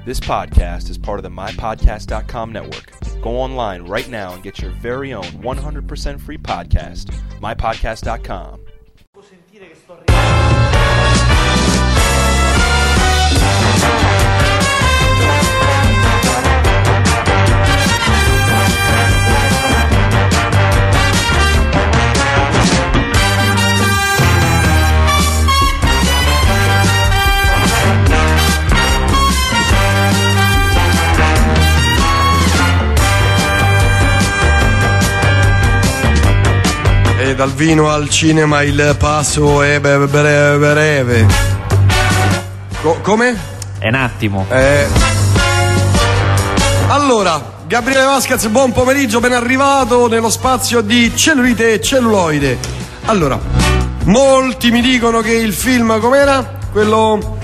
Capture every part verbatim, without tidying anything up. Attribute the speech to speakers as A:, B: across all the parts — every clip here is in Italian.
A: This podcast is part of the my podcast dot com network. Go online right now and get your very own one hundred percent free podcast, my podcast dot com.
B: Sentire che sto arrivando.
C: E dal vino al cinema il passo è breve breve. Co- come?
B: È un attimo.
C: Eh. Allora, Gabriele Vasquez, buon pomeriggio, ben arrivato nello spazio di cellulite e celluloide. Allora, molti mi dicono che il film com'era? Quello...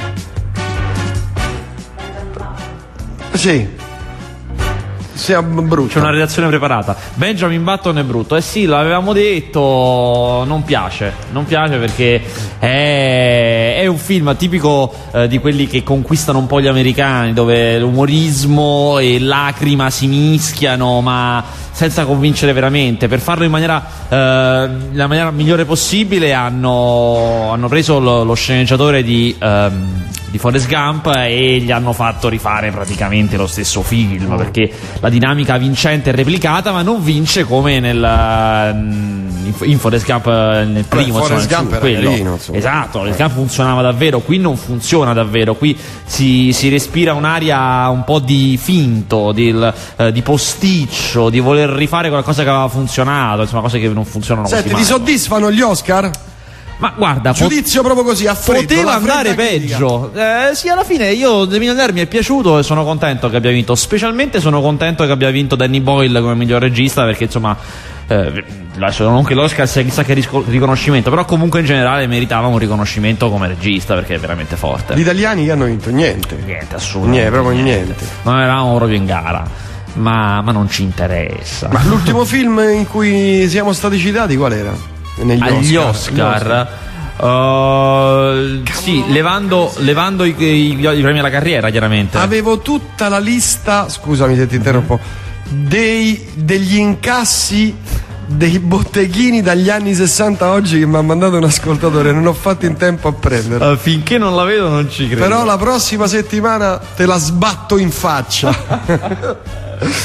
C: Sì. Sia brutto.
B: C'è una redazione preparata. Benjamin Button è brutto. Eh sì, l'avevamo detto. Non piace. Non piace perché è, è un film tipico eh, di quelli che conquistano un po' gli americani, dove l'umorismo e lacrima si mischiano, ma senza convincere veramente. Per farlo in maniera eh, la maniera migliore possibile hanno, hanno preso lo, lo sceneggiatore di ehm, di Forrest Gump e gli hanno fatto rifare praticamente lo stesso film, oh. perché la dinamica vincente è replicata, ma non vince come nel in Forrest Gump nel primo.
C: Beh, Forrest
B: insomma,
C: Gump
B: quello.
C: era carino, insomma.
B: Esatto, Forrest Gump funzionava davvero, qui non funziona davvero, qui si, si respira un'aria un po' di finto, di, eh, di posticcio, di voler rifare qualcosa che aveva funzionato, insomma cose che non funzionano.
C: Senti, ti soddisfano gli Oscar?
B: Ma guarda,
C: giudizio pot- proprio così a freddo,
B: poteva andare peggio. Eh, sì, alla fine io The Millionaire mi è piaciuto e sono contento che abbia vinto. Specialmente sono contento che abbia vinto Danny Boyle come miglior regista, perché insomma eh, non che l'Oscar sia chissà che risco- riconoscimento, però comunque in generale meritava un riconoscimento come regista, perché è veramente forte.
C: Gli italiani che hanno vinto niente.
B: Niente, assolutamente.
C: Niente, proprio niente.
B: niente. Non eravamo proprio in gara. Ma, ma non ci interessa.
C: Ma l'ultimo film in cui siamo stati citati qual era? Negli
B: agli
C: Oscar,
B: Oscar. Uh, sì, levando, levando i, i, i premi alla carriera, chiaramente.
C: Avevo tutta la lista, scusami se ti interrompo, dei, degli incassi dei botteghini dagli anni sessanta a oggi che mi ha mandato un ascoltatore, non ho fatto in tempo a prenderlo.
B: Uh, finché non la vedo non ci credo.
C: Però la prossima settimana te la sbatto in faccia.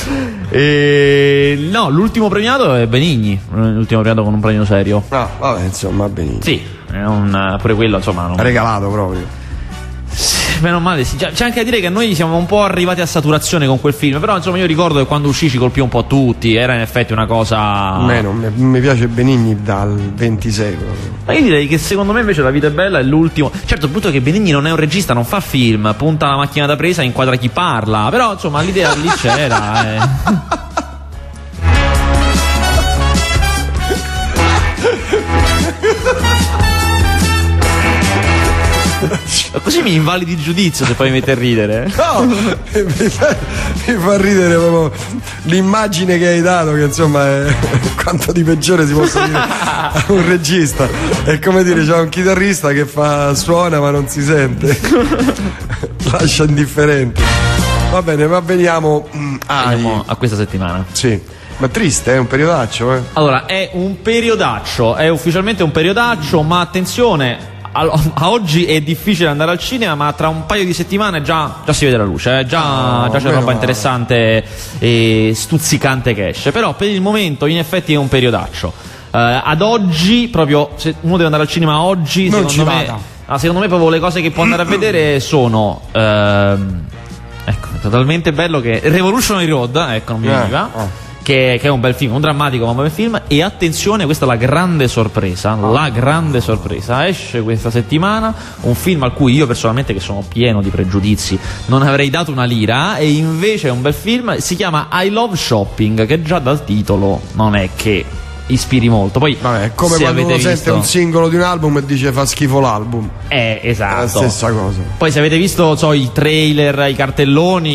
B: E... no, l'ultimo premiato è Benigni, l'ultimo premiato con un premio serio.
C: Ah, vabbè, insomma, Benigni.
B: Sì, è un, pure quello, insomma, non...
C: regalato proprio.
B: Meno male, sì. C'è anche a dire che noi siamo un po' arrivati a saturazione con quel film, però insomma io ricordo che quando uscì ci colpì un po' tutti, era in effetti una cosa...
C: A me non mi piace Benigni dal ventisei proprio.
B: Ma io direi che secondo me invece La vita è bella è l'ultimo. Certo, il punto è che Benigni non è un regista, non fa film, punta la macchina da presa, inquadra chi parla, però insomma l'idea lì c'era. eh. Così mi invalidi il giudizio se poi mi metti a ridere.
C: No, mi fa, mi fa ridere proprio l'immagine che hai dato, che insomma è quanto di peggiore si possa dire a un regista. È come dire, c'è un chitarrista che fa suona ma non si sente, lascia indifferenti. Va bene, ma veniamo
B: ai... a questa settimana.
C: Sì. Ma triste, è un periodaccio, eh?
B: Allora, è un periodaccio, è ufficialmente un periodaccio, ma attenzione, a oggi è difficile andare al cinema, ma tra un paio di settimane già, già si vede la luce, eh? già, no, già c'è roba interessante e stuzzicante che esce. Però per il momento in effetti è un periodaccio. Uh, ad oggi, proprio se uno deve andare al cinema oggi,
C: non
B: secondo me, ah, secondo me proprio le cose che può andare a vedere sono uh, ecco, totalmente bello che Revolutionary Road, ecco, non mi veniva. Eh, oh. Che, che è un bel film, un drammatico ma un bel film. E attenzione, questa è la grande sorpresa, la grande sorpresa, esce questa settimana un film al cui io personalmente, che sono pieno di pregiudizi, non avrei dato una lira, e invece è un bel film, si chiama I Love Shopping, che già dal titolo non è che ispiri molto. Poi
C: vabbè, è come quando uno visto... sente un singolo di un album e dice fa schifo l'album.
B: Eh, esatto.
C: È la stessa cosa.
B: Poi se avete visto so, i trailer, i cartelloni,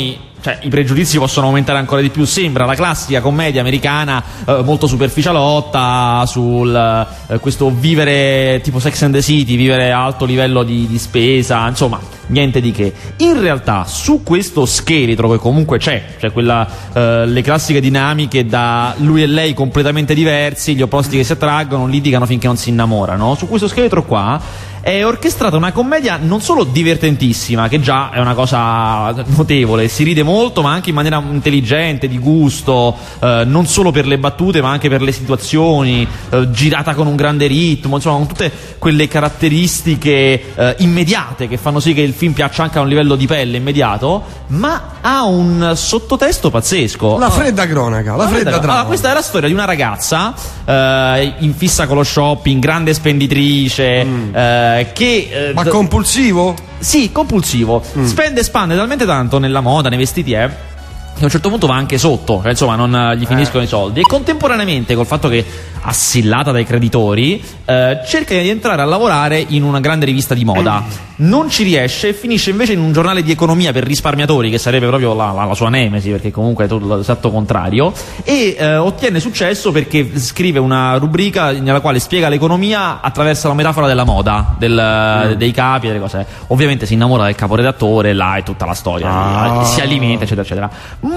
B: cioè, i pregiudizi possono aumentare ancora di più. Sembra la classica commedia americana eh, molto superficialotta sul eh, questo vivere tipo Sex and the City, vivere a alto livello di, di spesa, insomma niente di che. In realtà su questo scheletro che comunque c'è, cioè quella eh, le classiche dinamiche da lui e lei completamente diversi, gli opposti che si attraggono, litigano finché non si innamorano, su questo scheletro qua è orchestrata una commedia non solo divertentissima, che già è una cosa notevole, si ride molto ma anche in maniera intelligente, di gusto, eh, non solo per le battute ma anche per le situazioni, eh, girata con un grande ritmo, insomma con tutte quelle caratteristiche eh, immediate che fanno sì che il film piaccia anche a un livello di pelle immediato, ma ha un sottotesto pazzesco.
C: La fredda cronaca, la, la fredda trama.
B: Allora, questa è la storia di una ragazza eh, in fissa con lo shopping, grande spenditrice, mm. eh, che eh,
C: ma compulsivo?
B: Sì, compulsivo. Mm. Spende e spande talmente tanto nella moda, nei vestiti, eh, che a un certo punto va anche sotto, cioè, insomma non gli finiscono eh. i soldi, e contemporaneamente col fatto che assillata dai creditori eh, cerca di entrare a lavorare in una grande rivista di moda, non ci riesce e finisce invece in un giornale di economia per risparmiatori, che sarebbe proprio la, la, la sua nemesi, perché comunque è tutto l'esatto contrario, e eh, ottiene successo perché scrive una rubrica nella quale spiega l'economia attraverso la metafora della moda, del, mm. dei capi e delle cose. Ovviamente si innamora del caporedattore, là è tutta la storia, ah. si alimenta eccetera eccetera.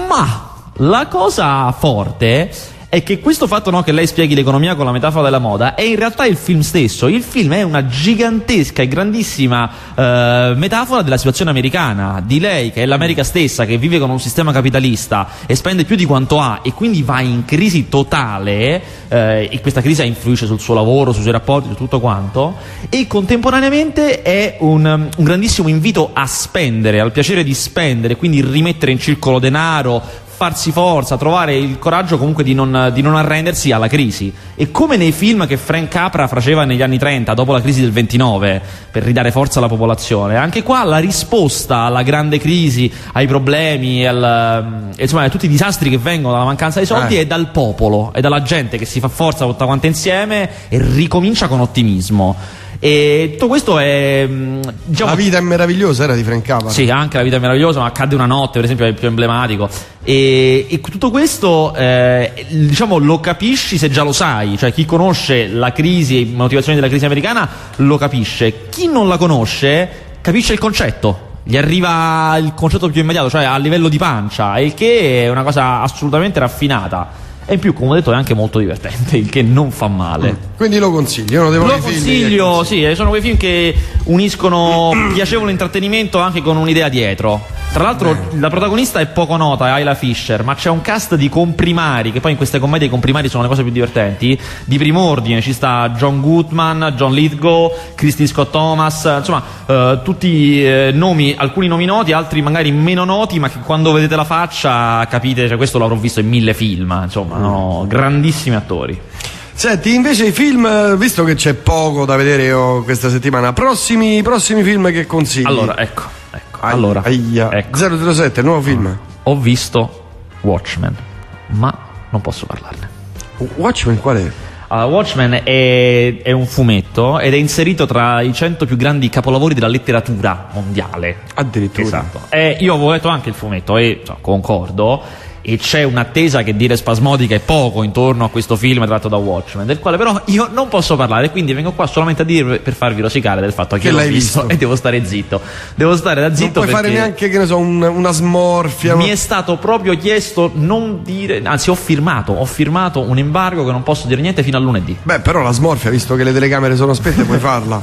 B: Ma la cosa forte è che questo fatto, no, che lei spieghi l'economia con la metafora della moda è in realtà il film stesso. Il film è una gigantesca e grandissima eh, metafora della situazione americana, di lei che è l'America stessa, che vive con un sistema capitalista e spende più di quanto ha e quindi va in crisi totale, eh, e questa crisi influisce sul suo lavoro, sui suoi rapporti, su tutto quanto, e contemporaneamente è un, un grandissimo invito a spendere, al piacere di spendere, quindi rimettere in circolo denaro, farsi forza, trovare il coraggio comunque di non, di non arrendersi alla crisi. E come nei film che Frank Capra faceva negli anni trenta, dopo la crisi del ventinove, per ridare forza alla popolazione, anche qua la risposta alla grande crisi, ai problemi, al, insomma a tutti i disastri che vengono dalla mancanza di soldi eh. è dal popolo, è dalla gente che si fa forza tutta quanta insieme e ricomincia con ottimismo. E tutto questo è, diciamo,
C: La vita è meravigliosa era di Frank Capra.
B: Sì, anche La vita è meravigliosa, ma Accadde una notte per esempio è il più emblematico, e, e tutto questo eh, diciamo lo capisci se già lo sai, cioè chi conosce la crisi, le motivazioni della crisi americana lo capisce, chi non la conosce capisce il concetto, gli arriva il concetto più immediato, cioè a livello di pancia, il che è una cosa assolutamente raffinata. E in più, come ho detto, è anche molto divertente, il che non fa male.
C: Mm. Quindi lo consiglio, uno dei
B: Lo consiglio, sì, sono quei film che uniscono piacevole intrattenimento anche con un'idea dietro. Tra l'altro eh. la protagonista è poco nota, è Isla Fisher, ma c'è un cast di comprimari, che poi in queste commedie i comprimari sono le cose più divertenti, di prim'ordine. Ci sta John Goodman, John Lithgow, Kristin Scott Thomas, insomma eh, tutti eh, nomi, alcuni nomi noti, altri magari meno noti, ma che quando vedete la faccia capite, cioè questo l'avrò visto in mille film, insomma, mm. no, grandissimi attori.
C: Senti, invece i film, visto che c'è poco da vedere io questa settimana, prossimi, prossimi film che consigli?
B: Allora, ecco, ecco.
C: Aia,
B: allora,
C: aia.
B: ecco.
C: zero zero sette, nuovo film.
B: Ho visto Watchmen, ma non posso parlarne.
C: Watchmen qual è?
B: Uh, Watchmen è, è un fumetto ed è inserito tra i cento più grandi capolavori della letteratura mondiale.
C: Addirittura.
B: Esatto. E io avevo letto anche il fumetto e cioè, concordo. E c'è un'attesa che dire spasmodica è poco intorno a questo film tratto da Watchmen, del quale però io non posso parlare, quindi vengo qua solamente a dire, per farvi rosicare del fatto che, che l'ho l'hai visto, visto e devo stare zitto. Devo stare da zitto.
C: Non puoi fare neanche, che ne so, un, una smorfia.
B: Mi è stato proprio chiesto non dire, anzi ho firmato, ho firmato un embargo che non posso dire niente fino a lunedì.
C: Beh, però la smorfia, visto che le telecamere sono spente, puoi farla.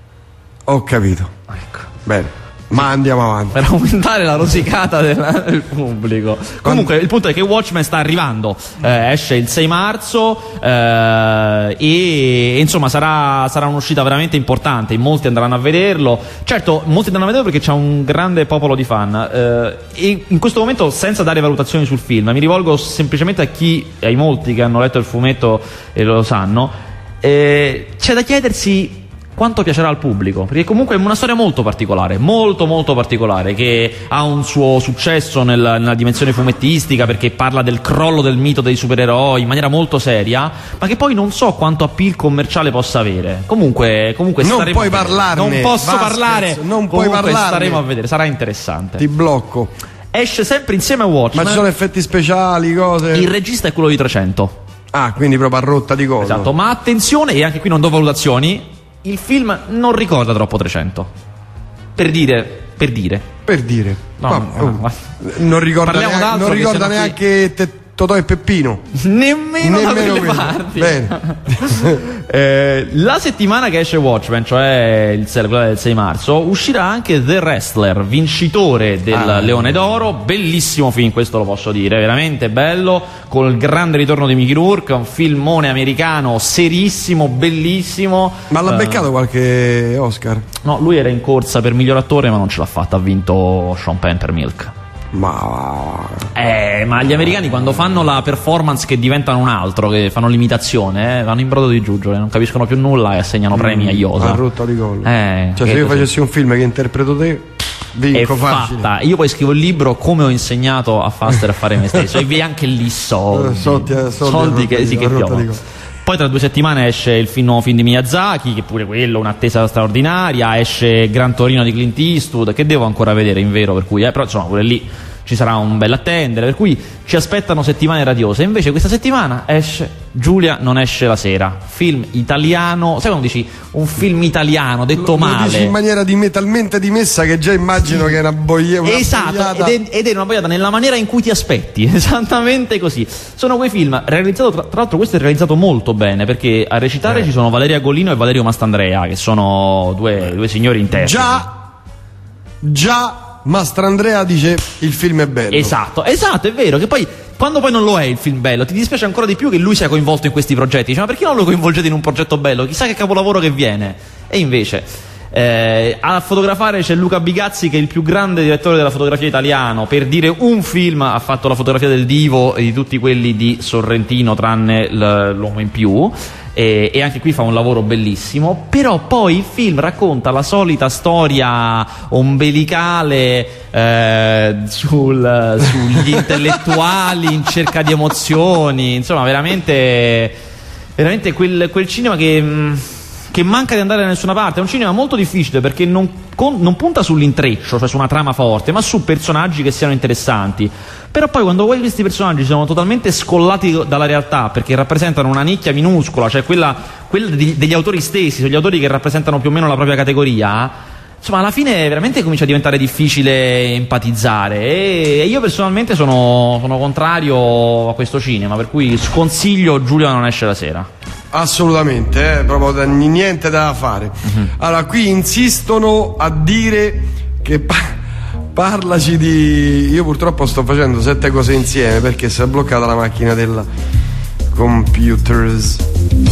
C: Ho capito.
B: Ecco.
C: Bene. Ma andiamo avanti.
B: Per aumentare la rosicata del, del pubblico. Comunque il punto è che Watchmen sta arrivando, eh, esce il sei marzo eh, e insomma sarà, sarà un'uscita veramente importante. In molti andranno a vederlo. Certo, molti andranno a vederlo perché c'è un grande popolo di fan, eh, e in questo momento, senza dare valutazioni sul film, mi rivolgo semplicemente a chi, ai molti che hanno letto il fumetto e lo sanno, eh, c'è da chiedersi quanto piacerà al pubblico, perché comunque è una storia molto particolare, molto molto particolare, che ha un suo successo nel, nella dimensione fumettistica, perché parla del crollo del mito dei supereroi in maniera molto seria, ma che poi non so quanto appeal commerciale possa avere. Comunque, comunque
C: non
B: staremo
C: puoi
B: a
C: parlarne,
B: non posso
C: Vasquez,
B: parlare,
C: non puoi parlarne.
B: Staremo a vedere, sarà interessante.
C: Ti blocco.
B: esce sempre insieme a Watchmen.
C: Ma ci sono effetti speciali, cose?
B: Il regista è quello di trecento.
C: Ah, quindi proprio a rotta di collo.
B: Esatto, ma attenzione, e anche qui non do valutazioni, il film non ricorda troppo trecento. Per dire, per dire.
C: Per dire.
B: No,
C: Ma,
B: no,
C: oh,
B: ma...
C: non ricorda
B: Parliamo
C: neanche,
B: d'altro
C: non
B: che
C: ricorda
B: sennò
C: neanche te, Totò e Peppino.
B: Nemmeno, da
C: Nemmeno
B: quelle
C: quello.
B: parti.
C: Bene.
B: Eh, la settimana che esce Watchmen, cioè il, quella del sei marzo, uscirà anche The Wrestler, vincitore del
C: Ah.
B: Leone d'Oro. Bellissimo film, questo lo posso dire, veramente bello, col grande ritorno di Mickey Rourke, un filmone americano serissimo, bellissimo.
C: Ma l'ha
B: Eh,
C: beccato qualche Oscar?
B: no, lui era in corsa per miglior attore ma non ce l'ha fatta, ha vinto Sean Penn per Milk.
C: Ma
B: Eh, ma gli americani quando fanno la performance che diventano un altro, che fanno l'imitazione, eh, vanno in brodo di giuggiole, non capiscono più nulla e assegnano premi a Iosa.
C: a rotta di collo.
B: Eh,
C: Cioè,
B: che
C: se io
B: così.
C: facessi un film che interpreto te,
B: È
C: vinco facile.
B: fatta. Io poi scrivo il libro come ho insegnato a Faster a fare me stesso e vi anche lì soldi.
C: Eh, soldi, eh, soldi a
B: soldi
C: rotta
B: che
C: di-
B: si
C: a
B: che
C: rotta
B: piovono.
C: di collo.
B: Poi tra due settimane esce il film, nuovo film di Miyazaki, che pure quello un'attesa straordinaria. Esce Gran Torino di Clint Eastwood, che devo ancora vedere in vero, per cui eh, però insomma pure lì ci sarà un bel attendere, per cui ci aspettano settimane radiose. Invece questa settimana esce Giulia non esce la sera, film italiano, sai quando dici un film italiano detto
C: Lo
B: male,
C: dici in maniera di me- talmente dimessa che già immagino che è una boia, una
B: esatto,
C: boiata.
B: ed è, ed è una boiata nella maniera in cui ti aspetti, esattamente così. Sono quei film realizzato, tra, tra l'altro questo è realizzato molto bene, perché a recitare
C: Eh.
B: ci sono Valeria Golino e Valerio Mastandrea, che sono due, due signori interpreti.
C: Già, già Mastrandrea dice il film è bello.
B: Esatto, esatto, è vero, che poi quando poi non lo è il film bello, ti dispiace ancora di più che lui sia coinvolto in questi progetti. Dice, ma perché non lo coinvolgete in un progetto bello? Chissà che capolavoro che viene. E invece eh, a fotografare c'è Luca Bigazzi, che è il più grande direttore della fotografia italiano. Per dire un film ha fatto la fotografia del Divo e di tutti quelli di Sorrentino, tranne l- L'Uomo in Più. E, e anche qui fa un lavoro bellissimo. Però poi il film racconta la solita storia ombelicale eh, sul, sugli intellettuali in cerca di emozioni. Insomma, veramente veramente quel, quel cinema che, mh, che manca di andare da nessuna parte. È un cinema molto difficile perché non, con, non punta sull'intreccio, cioè su una trama forte, ma su personaggi che siano interessanti. Però poi quando poi questi personaggi sono totalmente scollati dalla realtà, perché rappresentano una nicchia minuscola, cioè quella, quella di- degli autori stessi, degli autori che rappresentano più o meno la propria categoria, insomma alla fine veramente comincia a diventare difficile empatizzare. E io personalmente sono, sono contrario a questo cinema, per cui sconsiglio Giulia non esce la sera.
C: Assolutamente, eh, proprio da- niente da fare.
B: Mhm.
C: Allora, qui insistono a dire che pa- parlaci di. Io purtroppo sto facendo sette cose insieme perché si è bloccata la macchina della computers.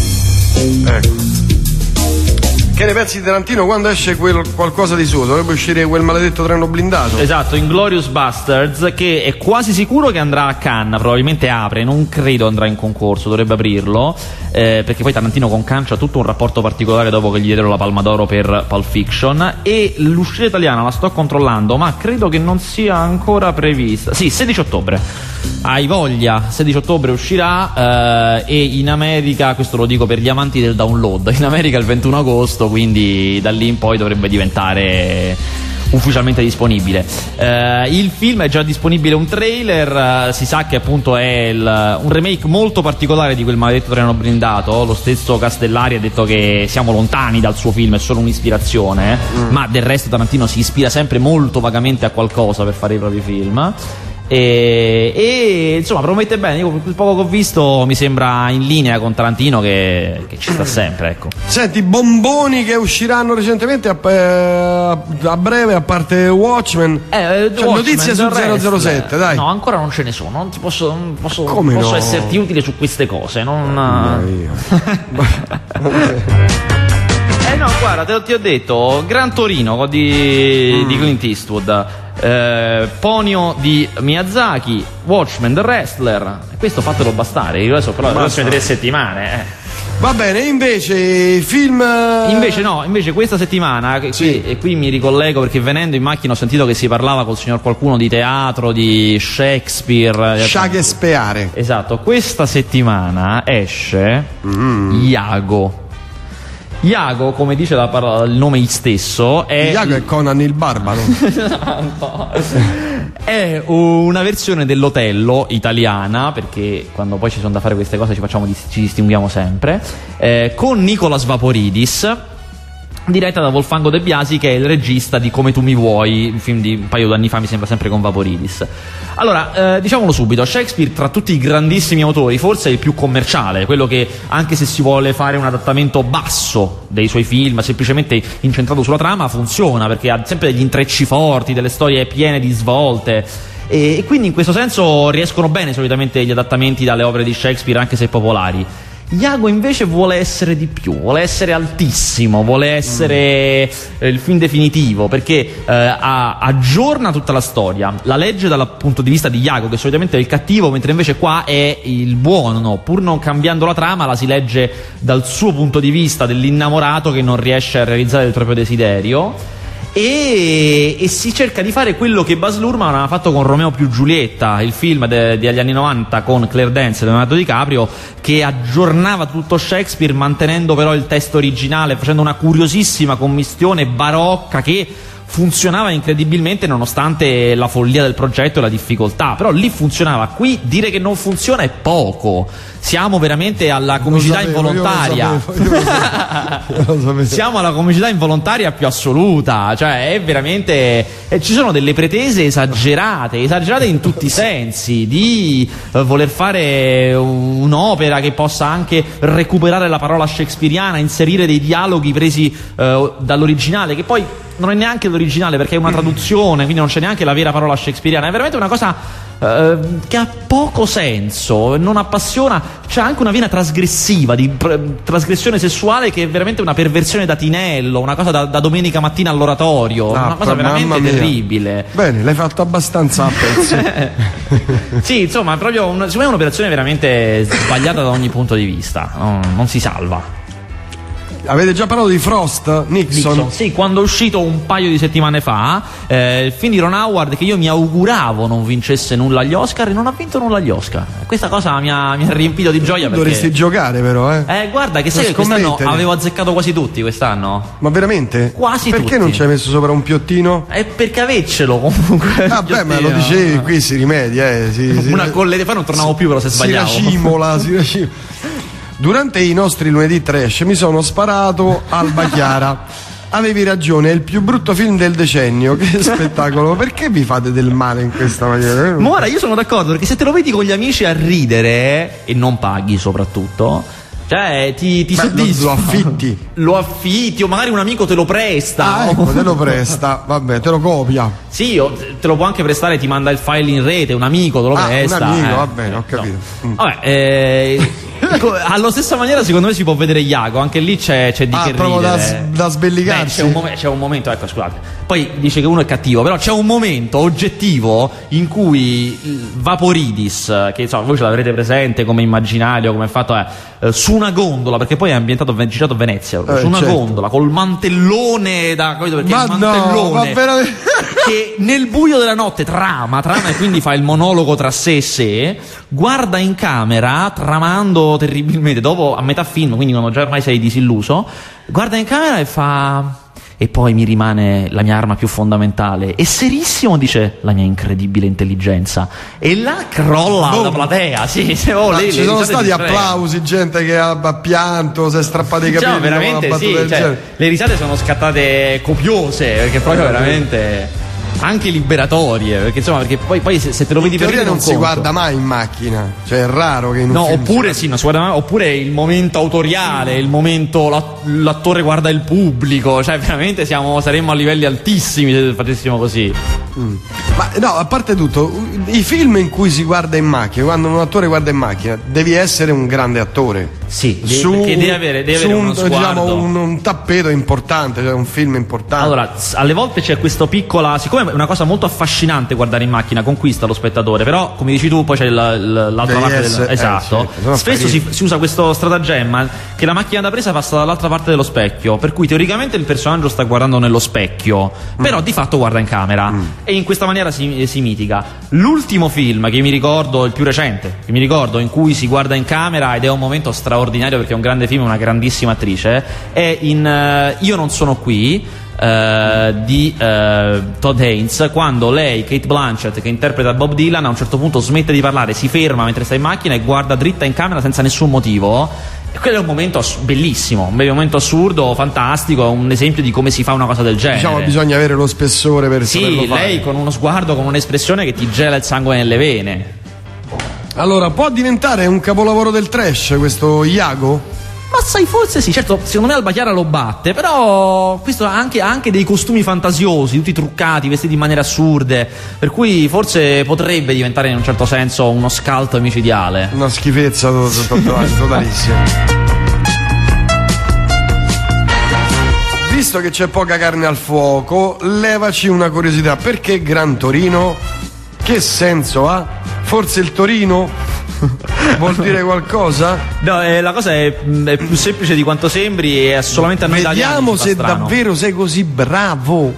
C: Ecco. Che ne pensi di Tarantino quando esce quel qualcosa di suo? Dovrebbe uscire quel maledetto treno blindato.
B: Esatto, Inglourious Basterds, che è quasi sicuro che andrà a Cannes, probabilmente apre, non credo andrà in concorso, dovrebbe aprirlo, eh, perché poi Tarantino con Cannes ha tutto un rapporto particolare dopo che gli diedero la Palma d'Oro per Pulp Fiction. E l'uscita italiana la sto controllando, ma credo che non sia ancora prevista. Sì, sedici ottobre. Hai voglia, sedici ottobre uscirà, eh, e in America, questo lo dico per gli amanti del download, in America il ventuno agosto, quindi da lì in poi dovrebbe diventare ufficialmente disponibile. Eh, il film è già disponibile un trailer, eh, si sa che appunto è il, un remake molto particolare di quel maledetto treno blindato. Lo stesso Castellari ha detto che siamo lontani dal suo film, è solo un'ispirazione, mm. ma del resto Tarantino si ispira sempre molto vagamente a qualcosa per fare i propri film. E, e insomma promette bene. Io quel poco che ho visto mi sembra in linea con Tarantino, che, che ci sta sempre, ecco.
C: Senti, bomboni che usciranno recentemente a, eh, a breve, a parte Watchmen.
B: Eh,
C: Cioè,
B: Watchmen,
C: notizie su
B: The
C: zero zero sette,
B: Wrestler.
C: dai.
B: No, ancora non ce ne sono. Non ti posso, non posso,
C: Come
B: posso
C: no?
B: esserti utile su queste cose. Non. Eh no, guarda, te lo ti ho detto. Gran Torino di, mm. di Clint Eastwood. Eh, Ponyo di Miyazaki, Watchmen, The Wrestler. Questo fatelo bastare. Io adesso però le prossime tre settimane. Eh.
C: Va bene, invece film.
B: Invece no, invece questa settimana, qui,
C: Sì.
B: e qui mi ricollego perché venendo in macchina ho sentito che si parlava col signor qualcuno di teatro, di Shakespeare.
C: Shakespeare.
B: Esatto, questa settimana esce
C: Mm.
B: Iago. Iago, come dice la parola, il nome stesso, è
C: Iago è Conan il barbaro.
B: no. È una versione dell'Otello italiana, perché quando poi ci sono da fare queste cose ci facciamo ci distinguiamo sempre, eh, con Nicolas Vaporidis, diretta da Volfango De Biasi, che è il regista di Come tu mi vuoi, un film di un paio d'anni fa, mi sembra, sempre con Vaporidis. Allora, eh, diciamolo subito, Shakespeare tra tutti i grandissimi autori forse è il più commerciale, quello che, anche se si vuole fare un adattamento basso dei suoi film, semplicemente incentrato sulla trama, funziona, perché ha sempre degli intrecci forti, delle storie piene di svolte, e, e quindi in questo senso riescono bene solitamente gli adattamenti dalle opere di Shakespeare, anche se popolari. Iago invece vuole essere di più, vuole essere altissimo, vuole essere mm. il film definitivo, perché eh, a, aggiorna tutta la storia, la legge dal punto di vista di Iago, che solitamente è il cattivo, mentre invece qua è il buono, no? Pur non cambiando la trama, la si legge dal suo punto di vista dell'innamorato che non riesce a realizzare il proprio desiderio. E, e si cerca di fare quello che Baz Luhrmann aveva fatto con Romeo più Giulietta, il film de, degli anni novanta con Claire Danes e Leonardo DiCaprio, che aggiornava tutto Shakespeare mantenendo però il testo originale, facendo una curiosissima commistione barocca che funzionava incredibilmente nonostante la follia del progetto e la difficoltà. Però lì funzionava. Qui dire che non funziona è poco. Siamo veramente alla comicità
C: sapevo,
B: involontaria.
C: Io lo sapevo, io lo sapevo, io lo sapevo.
B: Siamo alla comicità involontaria più assoluta. Cioè è veramente eh, ci sono delle pretese esagerate, esagerate in tutti i sensi, di eh, voler fare un'opera che possa anche recuperare la parola shakespeariana, inserire dei dialoghi presi eh, dall'originale, che poi non è neanche l'originale perché è una traduzione, quindi non c'è neanche la vera parola shakespeariana. È veramente una cosa eh, che ha poco senso, non appassiona. C'è anche una vena trasgressiva, di pr- trasgressione sessuale, che è veramente una perversione da tinello, una cosa da, da domenica mattina all'oratorio,
C: ah,
B: una cosa veramente terribile.
C: Bene, l'hai fatto abbastanza a pezzi.
B: Sì, insomma, è proprio un, secondo me è un'operazione veramente sbagliata da ogni punto di vista, non, non si salva.
C: Avete già parlato di Frost? Nixon?
B: Nixon, sì, quando è uscito un paio di settimane fa, eh, il film di Ron Howard, che io mi auguravo non vincesse nulla agli Oscar, e non ha vinto nulla agli Oscar. Questa cosa mi ha, mi ha riempito di gioia. Perché...
C: Dovresti giocare però, eh.
B: Eh, guarda, che sai che quest'anno avevo azzeccato quasi tutti quest'anno.
C: Ma veramente?
B: Quasi
C: perché
B: tutti.
C: Perché non ci hai messo sopra un piottino?
B: È per cavercelo comunque.
C: Ah beh, ma lo dicevi, qui si rimedia, eh. Si, si,
B: una colletta, poi non tornavo più però se sbagliavo.
C: Si racimola, si racimola. Durante i nostri lunedì trash mi sono sparato Alba Chiara. Avevi ragione, è il più brutto film del decennio. Che spettacolo, perché vi fate del male in questa maniera?
B: Ma ora io sono d'accordo, perché se te lo vedi con gli amici a ridere, e non paghi soprattutto, cioè ti, ti soddisfa.
C: Lo affitti.
B: Lo affitti, o magari un amico te lo presta.
C: Ah, ecco, te lo presta, vabbè, te lo copia.
B: Sì, o te lo può anche prestare, ti manda il file in rete, un amico te lo
C: ah,
B: presta.
C: Un amico,
B: eh.
C: va bene, ho capito.
B: No. Mm. Vabbè, eh, allo stessa maniera secondo me si può vedere Iago, anche lì c'è, c'è di
C: ah,
B: che
C: proprio
B: ridere.
C: da, da sbellicarsi.
B: Beh, c'è, un mom- c'è un momento, ecco, scusate. Poi dice che uno è cattivo, però c'è un momento oggettivo in cui Vaporidis, che insomma voi ce l'avrete presente come immaginario, come fatto è, eh, su una gondola, perché poi è ambientato, girato a Venezia, eh, su una
C: certo.
B: gondola col mantellone da, perché
C: ma
B: il mantellone
C: no, ma veramente...
B: che nel buio della notte trama, trama e quindi fa il monologo tra sé e sé, guarda in camera tramando terribilmente, dopo a metà film, quindi quando già ormai sei disilluso, guarda in camera e fa: e poi mi rimane la mia arma più fondamentale, e serissimo dice: la mia incredibile intelligenza. E là crolla oh. la platea. Sì, sì, oh, lì,
C: ci sono stati applausi, gente che ha pianto, si è strappato i capelli,
B: cioè, veramente sì, cioè, le risate sono scattate copiose, perché proprio veramente anche liberatorie, perché insomma, perché poi, poi se, se te lo vedi
C: in
B: per
C: teoria non, non si
B: conto.
C: guarda mai in macchina, cioè è raro che in un
B: no,
C: film
B: oppure sì, non si guarda mai, oppure il momento autoriale, il momento la, l'attore guarda il pubblico, cioè veramente siamo, saremmo a livelli altissimi se facessimo così.
C: Mm. Ma no, a parte tutto, i film in cui si guarda in macchina, quando un attore guarda in macchina, devi essere un grande attore.
B: Sì,
C: su,
B: perché deve avere, deve
C: su
B: avere
C: un,
B: uno sguardo,
C: diciamo, un, un tappeto importante, cioè un film importante.
B: Allora, alle volte c'è questo piccola, siccome è una cosa molto affascinante guardare in macchina, conquista lo spettatore, però come dici tu poi c'è la, la, l'altra
C: Devi
B: parte
C: essere,
B: del, esatto,
C: eh, certo,
B: spesso si, si usa questo stratagemma che la macchina da presa passa dall'altra parte dello specchio, per cui teoricamente il personaggio sta guardando nello specchio, mm. però di fatto guarda in camera, mm. e in questa maniera si, si mitiga. L'ultimo film che mi ricordo, il più recente, che mi ricordo, in cui si guarda in camera ed è un momento straordinario perché è un grande film, una grandissima attrice, è in uh, Io non sono qui, uh, di uh, Todd Haynes, quando lei, Cate Blanchett, che interpreta Bob Dylan, a un certo punto smette di parlare, si ferma mentre sta in macchina e guarda dritta in camera senza nessun motivo. E quello è un momento ass- bellissimo, un momento assurdo, fantastico, un esempio di come si fa una cosa del genere.
C: Diciamo, bisogna avere lo spessore per
B: sì,
C: saperlo fare.
B: Lei con uno sguardo, con un'espressione che ti gela il sangue nelle vene.
C: Allora, può diventare un capolavoro del trash questo Iago?
B: Ma sai, forse sì, certo, secondo me Alba Chiara lo batte, però questo ha anche, ha anche dei costumi fantasiosi, tutti truccati, vestiti in maniere assurde, per cui forse potrebbe diventare in un certo senso uno scalto micidiale.
C: Una schifezza totalissima. Visto che c'è poca carne al fuoco, levaci una curiosità: perché Gran Torino? Che senso ha? Forse il Torino? Vuol dire qualcosa?
B: No, eh, la cosa è, è più semplice di quanto sembri, è solamente a noi italiani.
C: Vediamo se
B: strano.
C: davvero sei così bravo.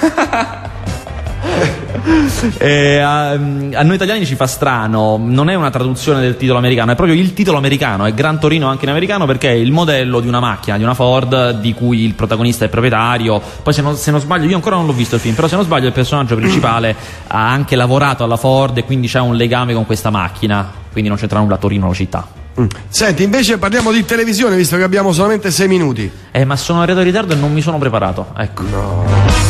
B: eh, a, a noi italiani ci fa strano, non è una traduzione del titolo americano, è proprio il titolo americano, è Gran Torino anche in americano, perché è il modello di una macchina, di una Ford, di cui il protagonista è proprietario. Poi se non, se non sbaglio, io ancora non l'ho visto il film, però se non sbaglio il personaggio principale ha anche lavorato alla Ford e quindi c'è un legame con questa macchina, quindi non c'entra nulla Torino la città.
C: Mm. Senti, invece parliamo di televisione, visto che abbiamo solamente sei minuti.
B: Eh, ma sono arrivato in ritardo e non mi sono preparato, ecco.
C: No.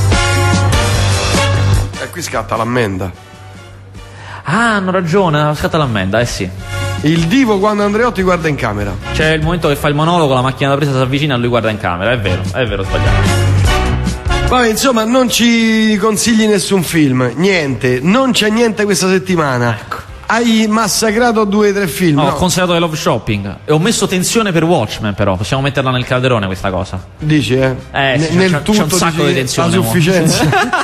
C: E qui scatta l'ammenda.
B: Ah, hanno ragione, scatta l'ammenda, eh sì.
C: Il divo quando Andreotti guarda in camera.
B: C'è il momento che fa il monologo, la macchina da presa si avvicina e lui guarda in camera, è vero, è vero, sbagliato.
C: Vabbè, insomma, non ci consigli nessun film, niente, non c'è niente questa settimana.
B: Ecco.
C: Hai massacrato due o tre film.
B: No,
C: no?
B: ho considerato The Love Shopping e ho messo tensione per Watchmen, però possiamo metterla nel calderone questa cosa.
C: Dici, eh?
B: Eh,
C: N-
B: sì,
C: nel
B: c'è,
C: tutto
B: c'è un sacco
C: dici,
B: di tensione.
C: la sufficienza.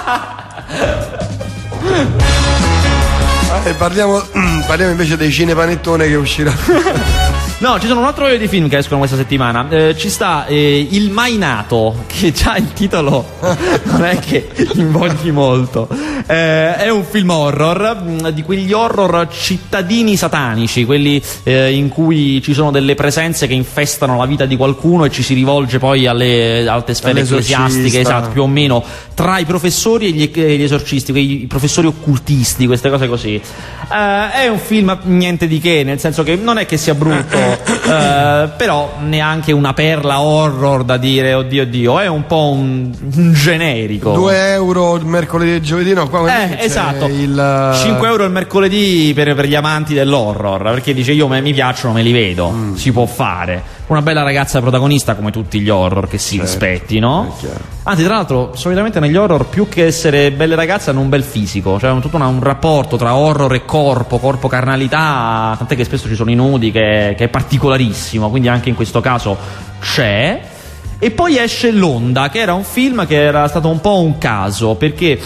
C: E parliamo, parliamo invece dei cinepanettone che uscirà.
B: No, ci sono un altro paio di film che escono questa settimana. Eh, ci sta eh, Il Mai Nato, che già il titolo non è che invogli molto. Eh, è un film horror, mh, di quegli horror cittadini satanici, quelli eh, in cui ci sono delle presenze che infestano la vita di qualcuno e ci si rivolge poi alle alte sfere ecclesiastiche, esatto, più o meno, tra i professori e gli, e gli esorcisti, quei professori occultisti, queste cose così. Eh, è un film niente di che, nel senso che non è che sia brutto, eh, però neanche una perla horror da dire oddio oddio, è un po' un, un generico.
C: due euro il mercoledì e giovedì, no? Qua
B: eh, esatto,
C: il...
B: cinque euro il mercoledì per, per gli amanti dell'horror, perché dice io me, mi piacciono, me li vedo, mm. si può fare. Una bella ragazza protagonista, come tutti gli horror che si
C: certo,
B: rispettino. Anzi, tra l'altro, solitamente negli horror, più che essere belle ragazze, hanno un bel fisico, cioè tutto una, un rapporto tra horror e corpo, corpo carnalità, tant'è che spesso ci sono i nudi, che, che è particolarissimo, quindi anche in questo caso c'è. E poi esce L'Onda, che era un film che era stato un po' un caso, perché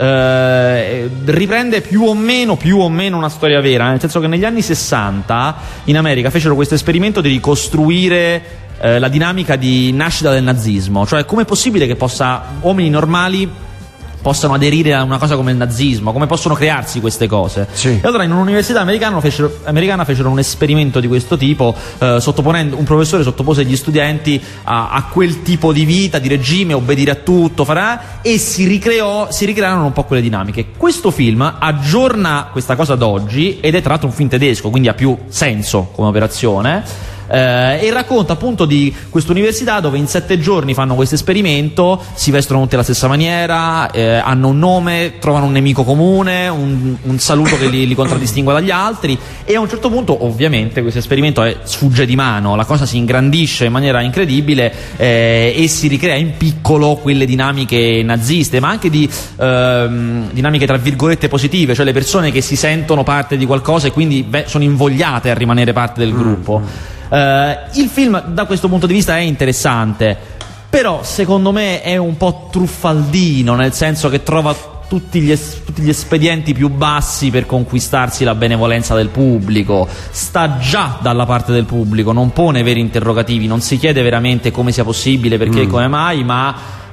B: eh, riprende più o meno più o meno una storia vera, nel senso che negli anni sessanta in America fecero questo esperimento di ricostruire eh, la dinamica di nascita del nazismo, cioè com'è possibile che possa uomini normali possano aderire a una cosa come il nazismo, come possono crearsi queste cose.
C: Sì.
B: E allora in un'università americana fecero, americana fecero un esperimento di questo tipo, eh, sottoponendo, un professore sottopose gli studenti a, a quel tipo di vita, di regime, obbedire a tutto, farà, e si ricreò, si ricrearono un po' quelle dinamiche. Questo film aggiorna questa cosa d'oggi ed è tra l'altro un film tedesco, quindi ha più senso come operazione. Eh, e racconta appunto di questa università dove in sette giorni fanno questo esperimento, si vestono tutti alla stessa maniera, eh, hanno un nome, trovano un nemico comune, un, un saluto che li, li contraddistingue dagli altri, e a un certo punto ovviamente questo esperimento è, sfugge di mano, la cosa si ingrandisce in maniera incredibile, eh, e si ricrea in piccolo quelle dinamiche naziste, ma anche di ehm, dinamiche tra virgolette positive, cioè le persone che si sentono parte di qualcosa e quindi beh, sono invogliate a rimanere parte del gruppo. Uh, il film da questo punto di vista è interessante, però secondo me è un po' truffaldino, nel senso che trova tutti gli, es- tutti gli espedienti più bassi per conquistarsi la benevolenza del pubblico, sta già dalla parte del pubblico, non pone veri interrogativi, non si chiede veramente come sia possibile, perché, mm. come mai, ma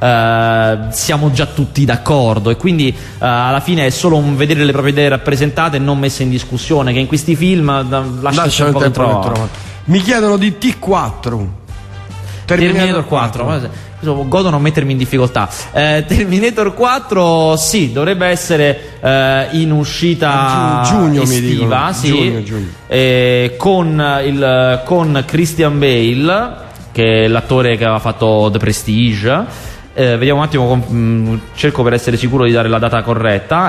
B: eh, siamo già tutti d'accordo, e quindi eh, alla fine è solo un vedere le proprie idee rappresentate e non messe in discussione, che in questi film da, lascia un po' che trova.
C: Mi chiedono di T quattro.
B: Terminator, Terminator quattro, quattro. Godo non mettermi in difficoltà. eh, Terminator quattro sì, dovrebbe essere eh, in uscita
C: Giu- giugno,
B: estiva,
C: mi
B: sì,
C: giugno, giugno.
B: Eh, con, il, con Christian Bale, che è l'attore che aveva fatto The Prestige. eh, Vediamo un attimo, mh, cerco per essere sicuro di dare la data corretta.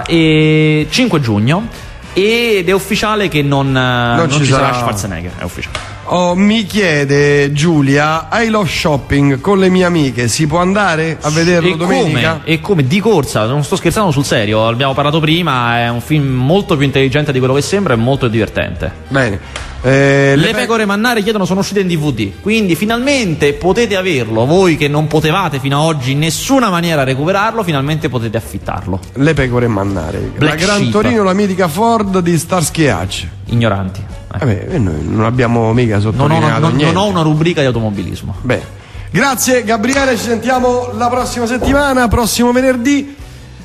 B: E cinque giugno. Ed è ufficiale che non, non, non ci sarà, sarà Schwarzenegger, è ufficiale.
C: Oh, mi chiede Giulia, I Love Shopping con le mie amiche, si può andare a vederlo
B: e
C: domenica?
B: Come? E come? Di corsa, non sto scherzando, sul serio, abbiamo parlato prima, è un film molto più intelligente di quello che sembra e molto divertente.
C: Bene. Eh,
B: le, le pecore mannare chiedono sono uscite in D V D, quindi finalmente potete averlo, voi che non potevate fino ad oggi in nessuna maniera recuperarlo, finalmente potete affittarlo.
C: Le pecore mannare.
B: Black
C: la Gran
B: Sheep.
C: Torino, la mitica Ford di Starsky e Hutch.
B: Ignoranti. Eh.
C: Vabbè, noi non abbiamo mica sottolineato
B: non ho, non,
C: niente.
B: non ho una rubrica di automobilismo.
C: Beh, grazie Gabriele, ci sentiamo la prossima settimana, prossimo venerdì.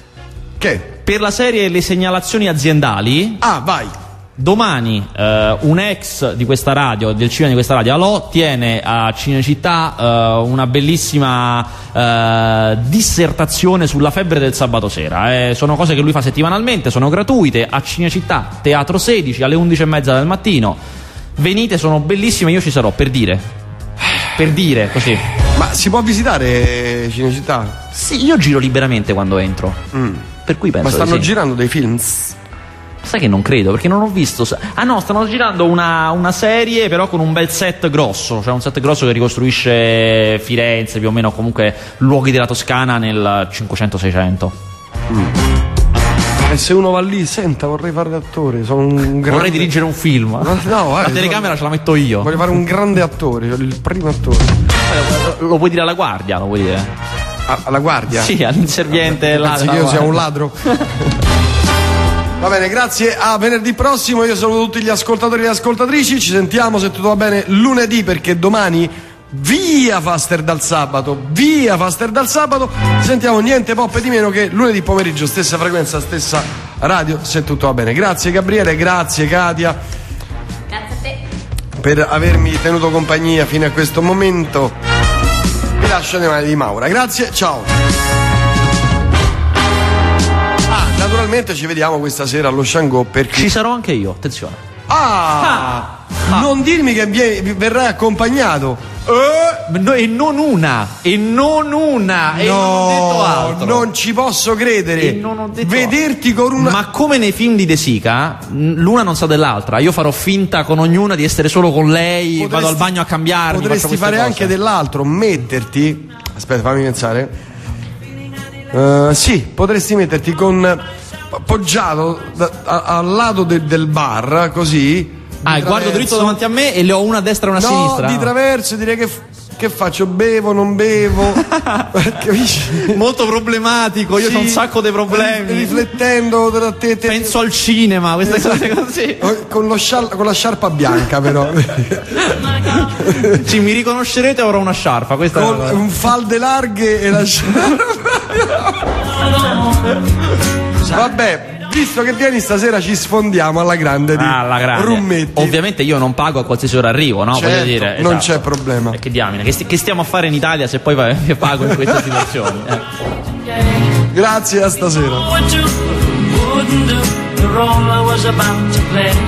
C: Che?
B: Per la serie Le segnalazioni aziendali.
C: Ah, vai.
B: Domani eh, un ex di questa radio, del cinema di questa radio, Alò, tiene a Cinecittà eh, una bellissima eh, dissertazione sulla febbre del sabato sera. Eh, sono cose che lui fa settimanalmente, sono gratuite a Cinecittà, Teatro sedici, alle undici e mezza del mattino. Venite, sono bellissime, io ci sarò, per dire. Per dire, così.
C: Ma si può visitare Cinecittà?
B: Sì, io giro liberamente quando entro.
C: Mm.
B: Per cui penso.
C: Ma stanno
B: sì.
C: girando dei film?
B: Sai che non credo, perché non ho visto. Ah no, stanno girando una, una serie, però con un bel set grosso. Cioè un set grosso che ricostruisce Firenze, più o meno, comunque luoghi della Toscana nel cinquecento seicento.
C: Mm. E se uno va lì, senta, vorrei fare l'attore, sono un grande...
B: Vorrei dirigere un film.
C: No, vai,
B: la telecamera ce la metto io.
C: Voglio fare un grande attore, il primo attore.
B: Lo puoi dire alla guardia, lo puoi dire.
C: A, alla guardia?
B: Sì, all'inserviente.
C: Pensi
B: là,
C: che io
B: là,
C: sia
B: là.
C: un ladro? Va bene, grazie, a venerdì prossimo. Io saluto tutti gli ascoltatori e le ascoltatrici. Ci sentiamo, se tutto va bene, lunedì, perché domani via Faster dal sabato, via Faster dal sabato. Ci sentiamo niente po' di meno che lunedì pomeriggio, stessa frequenza, stessa radio, se tutto va bene. Grazie Gabriele, grazie Katia.
D: Grazie a te
C: per avermi tenuto compagnia fino a questo momento. Vi lascio nelle mani di Maura. Grazie, ciao. Naturalmente ci vediamo questa sera allo Shango, perché
B: Ci sarò anche io, attenzione.
C: Ah,
B: Ah.
C: non dirmi che vieni, verrai accompagnato. Eh?
B: No, e non una, e non una, e non ho detto altro.
C: Non ci posso credere.
B: E non ho detto
C: Vederti con una.
B: Ma come nei film di De Sica, l'una non sa dell'altra. Io farò finta con ognuna di essere solo con lei,
C: Potresti-
B: vado al bagno a cambiarmi.
C: Potresti
B: faccio
C: fare
B: queste
C: anche
B: cose.
C: dell'altro, metterti. Aspetta, fammi pensare. Uh, sì, potresti metterti con appoggiato da, a, al lato de, del bar, così.
B: Ah,
C: di
B: guardo
C: traverso.
B: dritto davanti a me e le ho una a destra e una a
C: No,
B: sinistra.
C: di traverso, direi che, f- che faccio? Bevo, non bevo? Capisci?
B: Molto problematico, io
C: Sì,
B: ho un sacco di problemi.
C: Riflettendo da te, te-
B: Penso al cinema, queste cose così.
C: con, lo scial- con la sciarpa bianca, però.
B: Sì, mi riconoscerete, avrò una sciarpa. Questa
C: Con
B: è una...
C: un falde larghe e la sciarpa. Vabbè, visto che vieni stasera ci sfondiamo alla grande di
B: Ah, alla grande.
C: Rummetti.
B: Ovviamente io non pago a qualsiasi ora arrivo, no?
C: Certo,
B: Voglio dire,
C: non
B: esatto.
C: c'è problema.
B: E che diamine, che, sti- che stiamo a fare in Italia se poi va- pago in queste situazioni? Eh.
C: Grazie, a stasera.
E: What you wouldn't do, the role I was about to play.